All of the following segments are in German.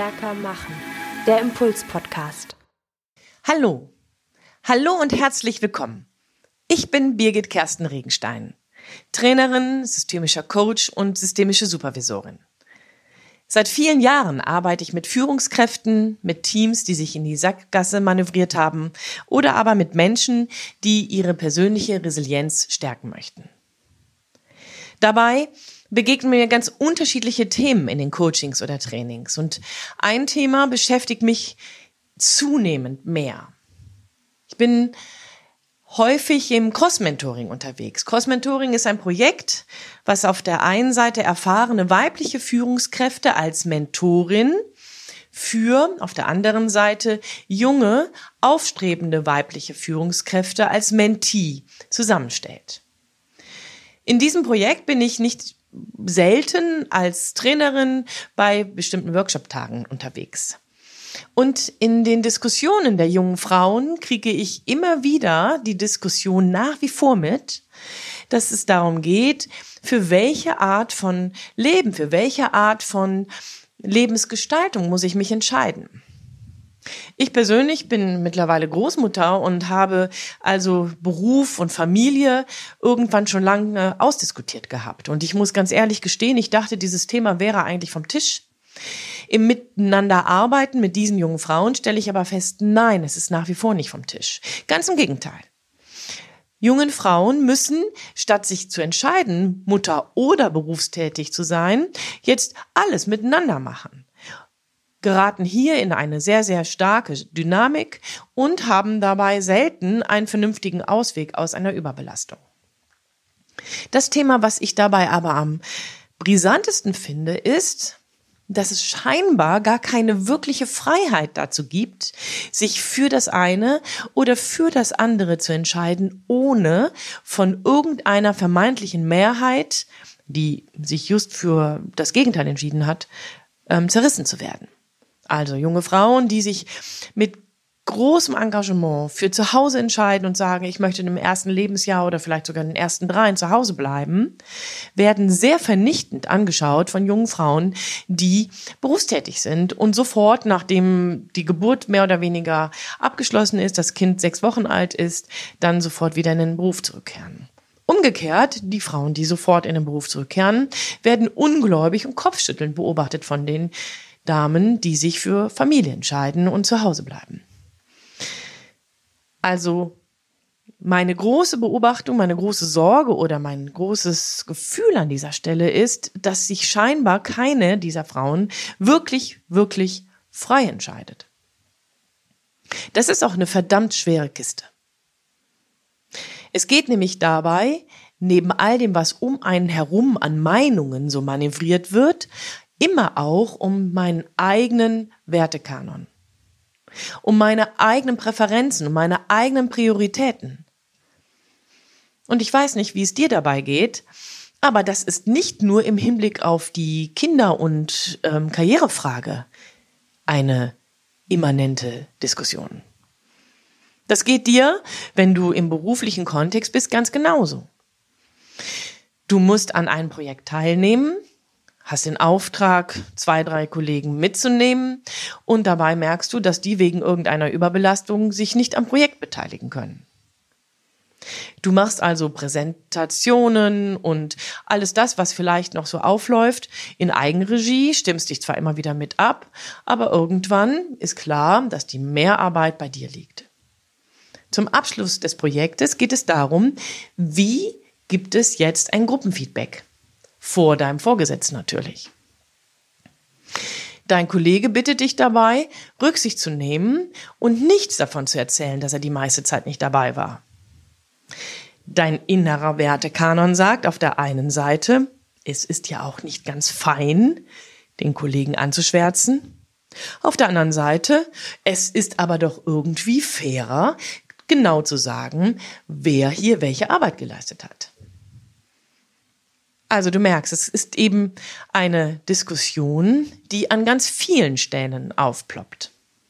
stärker machen. Der Impuls-Podcast. Hallo und herzlich willkommen. Ich bin Birgit Kersten Regenstein, Trainerin, systemischer Coach und systemische Supervisorin. Seit vielen Jahren arbeite ich mit Führungskräften, mit Teams, die sich in die Sackgasse manövriert haben oder aber mit Menschen, die ihre persönliche Resilienz stärken möchten. Dabei begegnen mir ganz unterschiedliche Themen in den Coachings oder Trainings und ein Thema beschäftigt mich zunehmend mehr. Ich bin häufig im Cross-Mentoring unterwegs. Cross-Mentoring ist ein Projekt, was auf der einen Seite erfahrene weibliche Führungskräfte als Mentorin für auf der anderen Seite junge, aufstrebende weibliche Führungskräfte als Mentee zusammenstellt. In diesem Projekt bin ich nicht selten als Trainerin bei bestimmten Workshop-Tagen unterwegs. Und in den Diskussionen der jungen Frauen kriege ich immer wieder die Diskussion nach wie vor mit, dass es darum geht, für welche Art von Leben, für welche Art von Lebensgestaltung muss ich mich entscheiden. Ich persönlich bin mittlerweile Großmutter und habe also Beruf und Familie irgendwann schon lange ausdiskutiert gehabt. Und ich muss ganz ehrlich gestehen, ich dachte, dieses Thema wäre eigentlich vom Tisch. Im Miteinanderarbeiten mit diesen jungen Frauen stelle ich aber fest, nein, es ist nach wie vor nicht vom Tisch. Ganz im Gegenteil. Jungen Frauen müssen, statt sich zu entscheiden, Mutter oder berufstätig zu sein, jetzt alles miteinander machen. Geraten hier in eine sehr, sehr starke Dynamik und haben dabei selten einen vernünftigen Ausweg aus einer Überbelastung. Das Thema, was ich dabei aber am brisantesten finde, ist, dass es scheinbar gar keine wirkliche Freiheit dazu gibt, sich für das eine oder für das andere zu entscheiden, ohne von irgendeiner vermeintlichen Mehrheit, die sich just für das Gegenteil entschieden hat, zerrissen zu werden. Also junge Frauen, die sich mit großem Engagement für zu Hause entscheiden und sagen, ich möchte im ersten Lebensjahr oder vielleicht sogar in den ersten 3 zu Hause bleiben, werden sehr vernichtend angeschaut von jungen Frauen, die berufstätig sind und sofort, nachdem die Geburt mehr oder weniger abgeschlossen ist, das Kind 6 Wochen alt ist, dann sofort wieder in den Beruf zurückkehren. Umgekehrt, die Frauen, die sofort in den Beruf zurückkehren, werden ungläubig und kopfschüttelnd beobachtet von den Damen, die sich für Familie entscheiden und zu Hause bleiben. Also meine große Beobachtung, meine große Sorge oder mein großes Gefühl an dieser Stelle ist, dass sich scheinbar keine dieser Frauen wirklich, wirklich frei entscheidet. Das ist auch eine verdammt schwere Kiste. Es geht nämlich dabei, neben all dem, was um einen herum an Meinungen so manövriert wird, immer auch um meinen eigenen Wertekanon, um meine eigenen Präferenzen, um meine eigenen Prioritäten. Und ich weiß nicht, wie es dir dabei geht, aber das ist nicht nur im Hinblick auf die Kinder- und Karrierefrage eine immanente Diskussion. Das geht dir, wenn du im beruflichen Kontext bist, ganz genauso. Du musst an einem Projekt teilnehmen, hast den Auftrag, 2, 3 Kollegen mitzunehmen und dabei merkst du, dass die wegen irgendeiner Überbelastung sich nicht am Projekt beteiligen können. Du machst also Präsentationen und alles das, was vielleicht noch so aufläuft, in Eigenregie, stimmst dich zwar immer wieder mit ab, aber irgendwann ist klar, dass die Mehrarbeit bei dir liegt. Zum Abschluss des Projektes geht es darum, wie gibt es jetzt ein Gruppenfeedback? Vor deinem Vorgesetzten natürlich. Dein Kollege bittet dich dabei, Rücksicht zu nehmen und nichts davon zu erzählen, dass er die meiste Zeit nicht dabei war. Dein innerer Wertekanon sagt auf der einen Seite, es ist ja auch nicht ganz fein, den Kollegen anzuschwärzen. Auf der anderen Seite, es ist aber doch irgendwie fairer, genau zu sagen, wer hier welche Arbeit geleistet hat. Also du merkst, es ist eben eine Diskussion, die an ganz vielen Stellen aufploppt.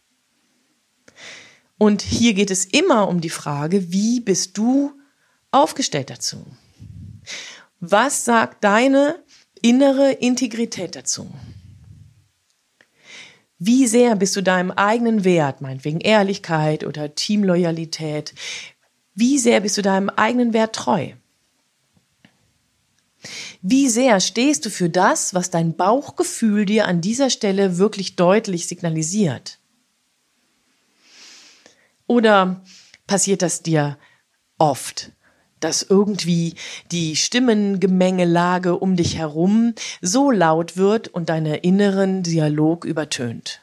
Und hier geht es immer um die Frage, wie bist du aufgestellt dazu? Was sagt deine innere Integrität dazu? Wie sehr bist du deinem eigenen Wert, meinetwegen Ehrlichkeit oder Teamloyalität, wie sehr bist du deinem eigenen Wert treu? Wie sehr stehst du für das, was dein Bauchgefühl dir an dieser Stelle wirklich deutlich signalisiert? Oder passiert das dir oft, dass irgendwie die Stimmengemengelage um dich herum so laut wird und deinen inneren Dialog übertönt?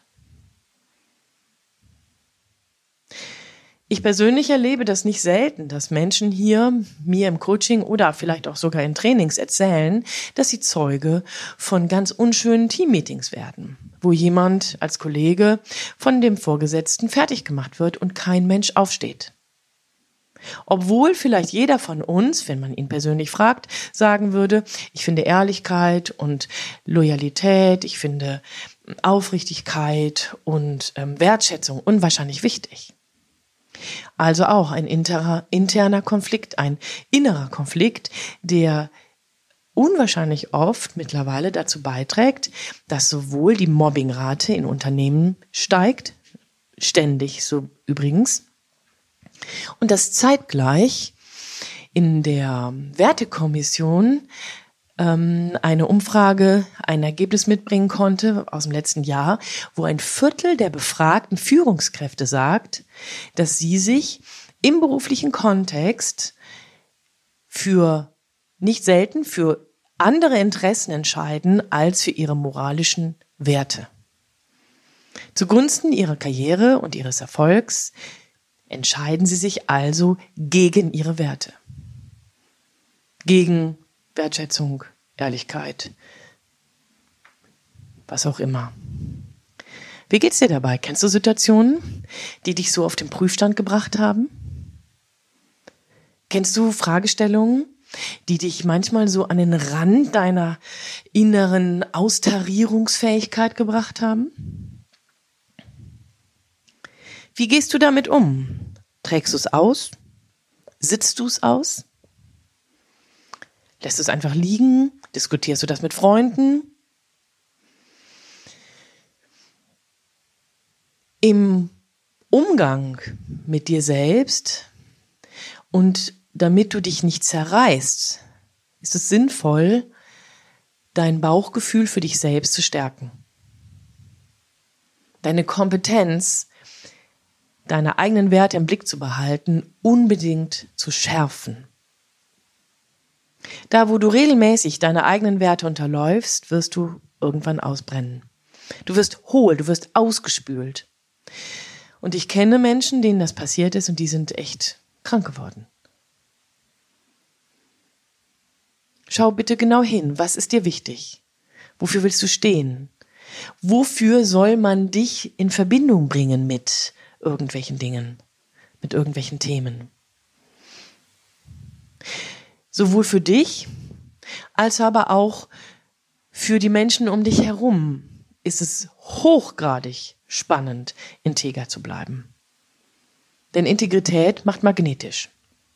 Ich persönlich erlebe das nicht selten, dass Menschen hier mir im Coaching oder vielleicht auch sogar in Trainings erzählen, dass sie Zeuge von ganz unschönen Teammeetings werden, wo jemand als Kollege von dem Vorgesetzten fertig gemacht wird und kein Mensch aufsteht. Obwohl vielleicht jeder von uns, wenn man ihn persönlich fragt, sagen würde, ich finde Ehrlichkeit und Loyalität, ich finde Aufrichtigkeit und Wertschätzung unwahrscheinlich wichtig. Also auch ein interner Konflikt, ein innerer Konflikt, der unwahrscheinlich oft mittlerweile dazu beiträgt, dass sowohl die Mobbingrate in Unternehmen steigt, ständig so übrigens, und dass zeitgleich in der Wertekommission eine Umfrage ein Ergebnis mitbringen konnte aus dem letzten Jahr, wo 1/4 der befragten Führungskräfte sagt, dass sie sich im beruflichen Kontext nicht selten für andere Interessen entscheiden als für ihre moralischen Werte. Zugunsten ihrer Karriere und ihres Erfolgs entscheiden sie sich also gegen ihre Werte. Gegen Wertschätzung, Ehrlichkeit, was auch immer. Wie geht's dir dabei? Kennst du Situationen, die dich so auf den Prüfstand gebracht haben? Kennst du Fragestellungen, die dich manchmal so an den Rand deiner inneren Austarierungsfähigkeit gebracht haben? Wie gehst du damit um? Trägst du es aus? Sitzt du es aus? Lässt du es einfach liegen? Diskutierst du das mit Freunden? Im Umgang mit dir selbst und damit du dich nicht zerreißt, ist es sinnvoll, dein Bauchgefühl für dich selbst zu stärken. Deine Kompetenz, deine eigenen Werte im Blick zu behalten, unbedingt zu schärfen. Da, wo du regelmäßig deine eigenen Werte unterläufst, wirst du irgendwann ausbrennen. Du wirst hohl, du wirst ausgespült. Und ich kenne Menschen, denen das passiert ist und die sind echt krank geworden. Schau bitte genau hin, was ist dir wichtig? Wofür willst du stehen? Wofür soll man dich in Verbindung bringen mit irgendwelchen Dingen, mit irgendwelchen Themen? Sowohl für dich, als aber auch für die Menschen um dich herum ist es hochgradig spannend, integer zu bleiben. Denn Integrität macht magnetisch.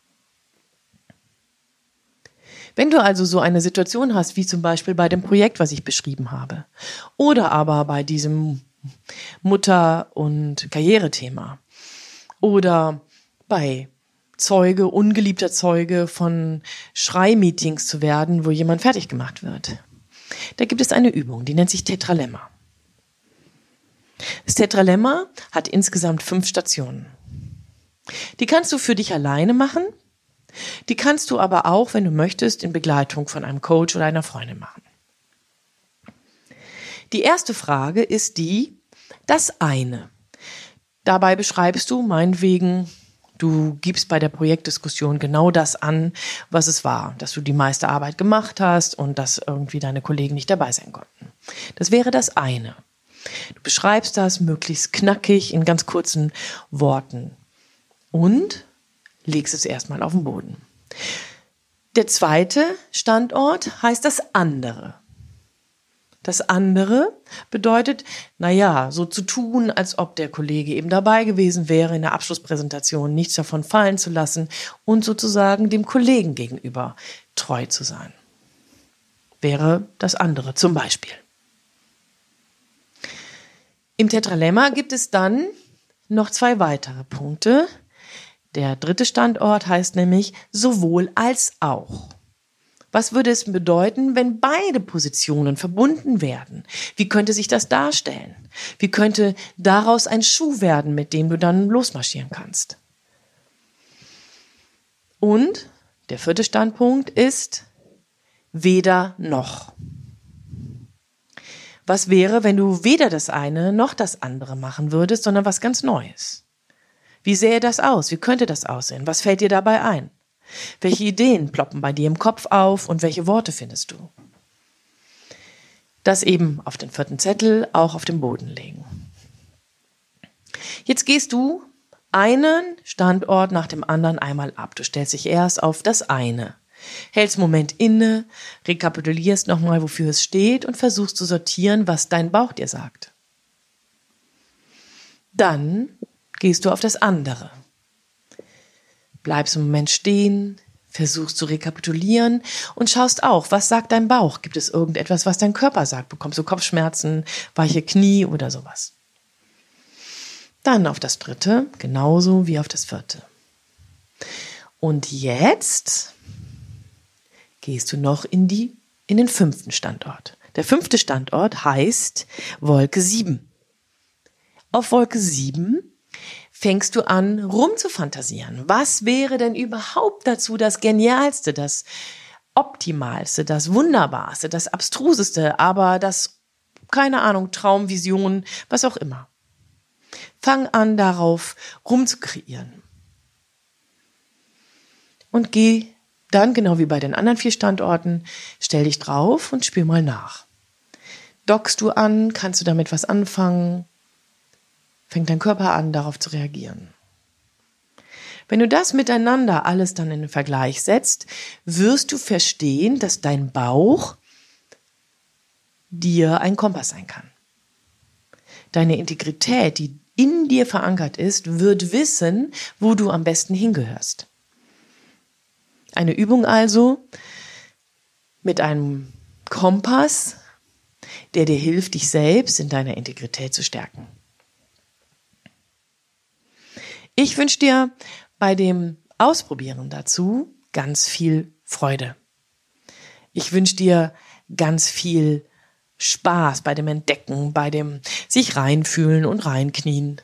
Wenn du also so eine Situation hast, wie zum Beispiel bei dem Projekt, was ich beschrieben habe, oder aber bei diesem Mutter- und Karrierethema, oder bei ungeliebter Zeuge von Schreimeetings zu werden, wo jemand fertig gemacht wird. Da gibt es eine Übung, die nennt sich Tetralemma. Das Tetralemma hat insgesamt 5 Stationen. Die kannst du für dich alleine machen, die kannst du aber auch, wenn du möchtest, in Begleitung von einem Coach oder einer Freundin machen. Die erste Frage ist das eine. Dabei beschreibst du meinetwegen, du gibst bei der Projektdiskussion genau das an, was es war, dass du die meiste Arbeit gemacht hast und dass irgendwie deine Kollegen nicht dabei sein konnten. Das wäre das eine. Du beschreibst das möglichst knackig in ganz kurzen Worten und legst es erstmal auf den Boden. Der zweite Standort heißt das andere. Das andere bedeutet, so zu tun, als ob der Kollege eben dabei gewesen wäre, in der Abschlusspräsentation nichts davon fallen zu lassen und sozusagen dem Kollegen gegenüber treu zu sein. Wäre das andere zum Beispiel. Im Tetralemma gibt es dann noch 2 weitere Punkte. Der 3. Standort heißt nämlich sowohl als auch. Was würde es bedeuten, wenn beide Positionen verbunden werden? Wie könnte sich das darstellen? Wie könnte daraus ein Schuh werden, mit dem du dann losmarschieren kannst? Und der 4. Standpunkt ist weder noch. Was wäre, wenn du weder das eine noch das andere machen würdest, sondern was ganz Neues? Wie sähe das aus? Wie könnte das aussehen? Was fällt dir dabei ein? Welche Ideen ploppen bei dir im Kopf auf und welche Worte findest du? Das eben auf den 4. Zettel auch auf den Boden legen. Jetzt gehst du einen Standort nach dem anderen einmal ab. Du stellst dich erst auf das eine, hältst einen Moment inne, rekapitulierst nochmal, wofür es steht und versuchst zu sortieren, was dein Bauch dir sagt. Dann gehst du auf das andere. Bleibst einen Moment stehen, versuchst zu rekapitulieren und schaust auch, was sagt dein Bauch? Gibt es irgendetwas, was dein Körper sagt? Bekommst du Kopfschmerzen, weiche Knie oder sowas? Dann auf das 3., genauso wie auf das 4. Und jetzt gehst du noch in den 5. Standort. Der 5. Standort heißt Wolke 7. Auf Wolke 7 fängst du an, rumzufantasieren. Was wäre denn überhaupt dazu das Genialste, das Optimalste, das Wunderbarste, das Abstruseste, aber das, keine Ahnung, Traum, Vision, was auch immer. Fang an, darauf rumzukreieren. Und geh dann, genau wie bei den anderen 4 Standorten, stell dich drauf und spür mal nach. Dockst du an? Kannst du damit was anfangen? Fängt dein Körper an, darauf zu reagieren. Wenn du das miteinander alles dann in den Vergleich setzt, wirst du verstehen, dass dein Bauch dir ein Kompass sein kann. Deine Integrität, die in dir verankert ist, wird wissen, wo du am besten hingehörst. Eine Übung also mit einem Kompass, der dir hilft, dich selbst in deiner Integrität zu stärken. Ich wünsche dir bei dem Ausprobieren dazu ganz viel Freude. Ich wünsche dir ganz viel Spaß bei dem Entdecken, bei dem sich reinfühlen und reinknien.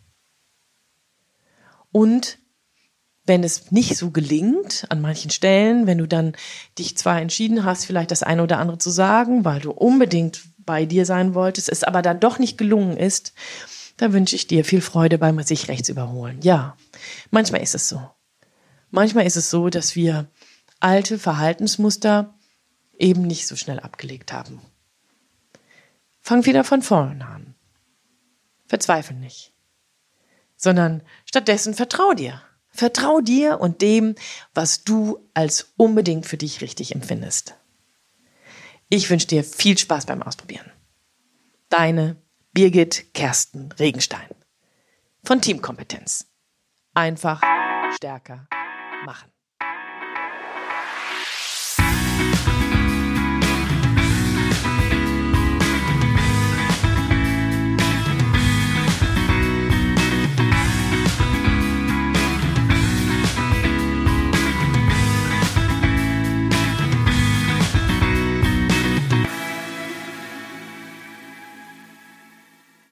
Und wenn es nicht so gelingt, an manchen Stellen, wenn du dann dich zwar entschieden hast, vielleicht das eine oder andere zu sagen, weil du unbedingt bei dir sein wolltest, es aber dann doch nicht gelungen ist, da wünsche ich dir viel Freude beim sich rechts überholen. Ja, manchmal ist es so. Manchmal ist es so, dass wir alte Verhaltensmuster eben nicht so schnell abgelegt haben. Fang wieder von vorne an. Verzweifle nicht. Sondern stattdessen vertrau dir. Vertrau dir und dem, was du als unbedingt für dich richtig empfindest. Ich wünsche dir viel Spaß beim Ausprobieren. Deine Birgit Kersten Regenstein von Teamkompetenz. Einfach stärker machen.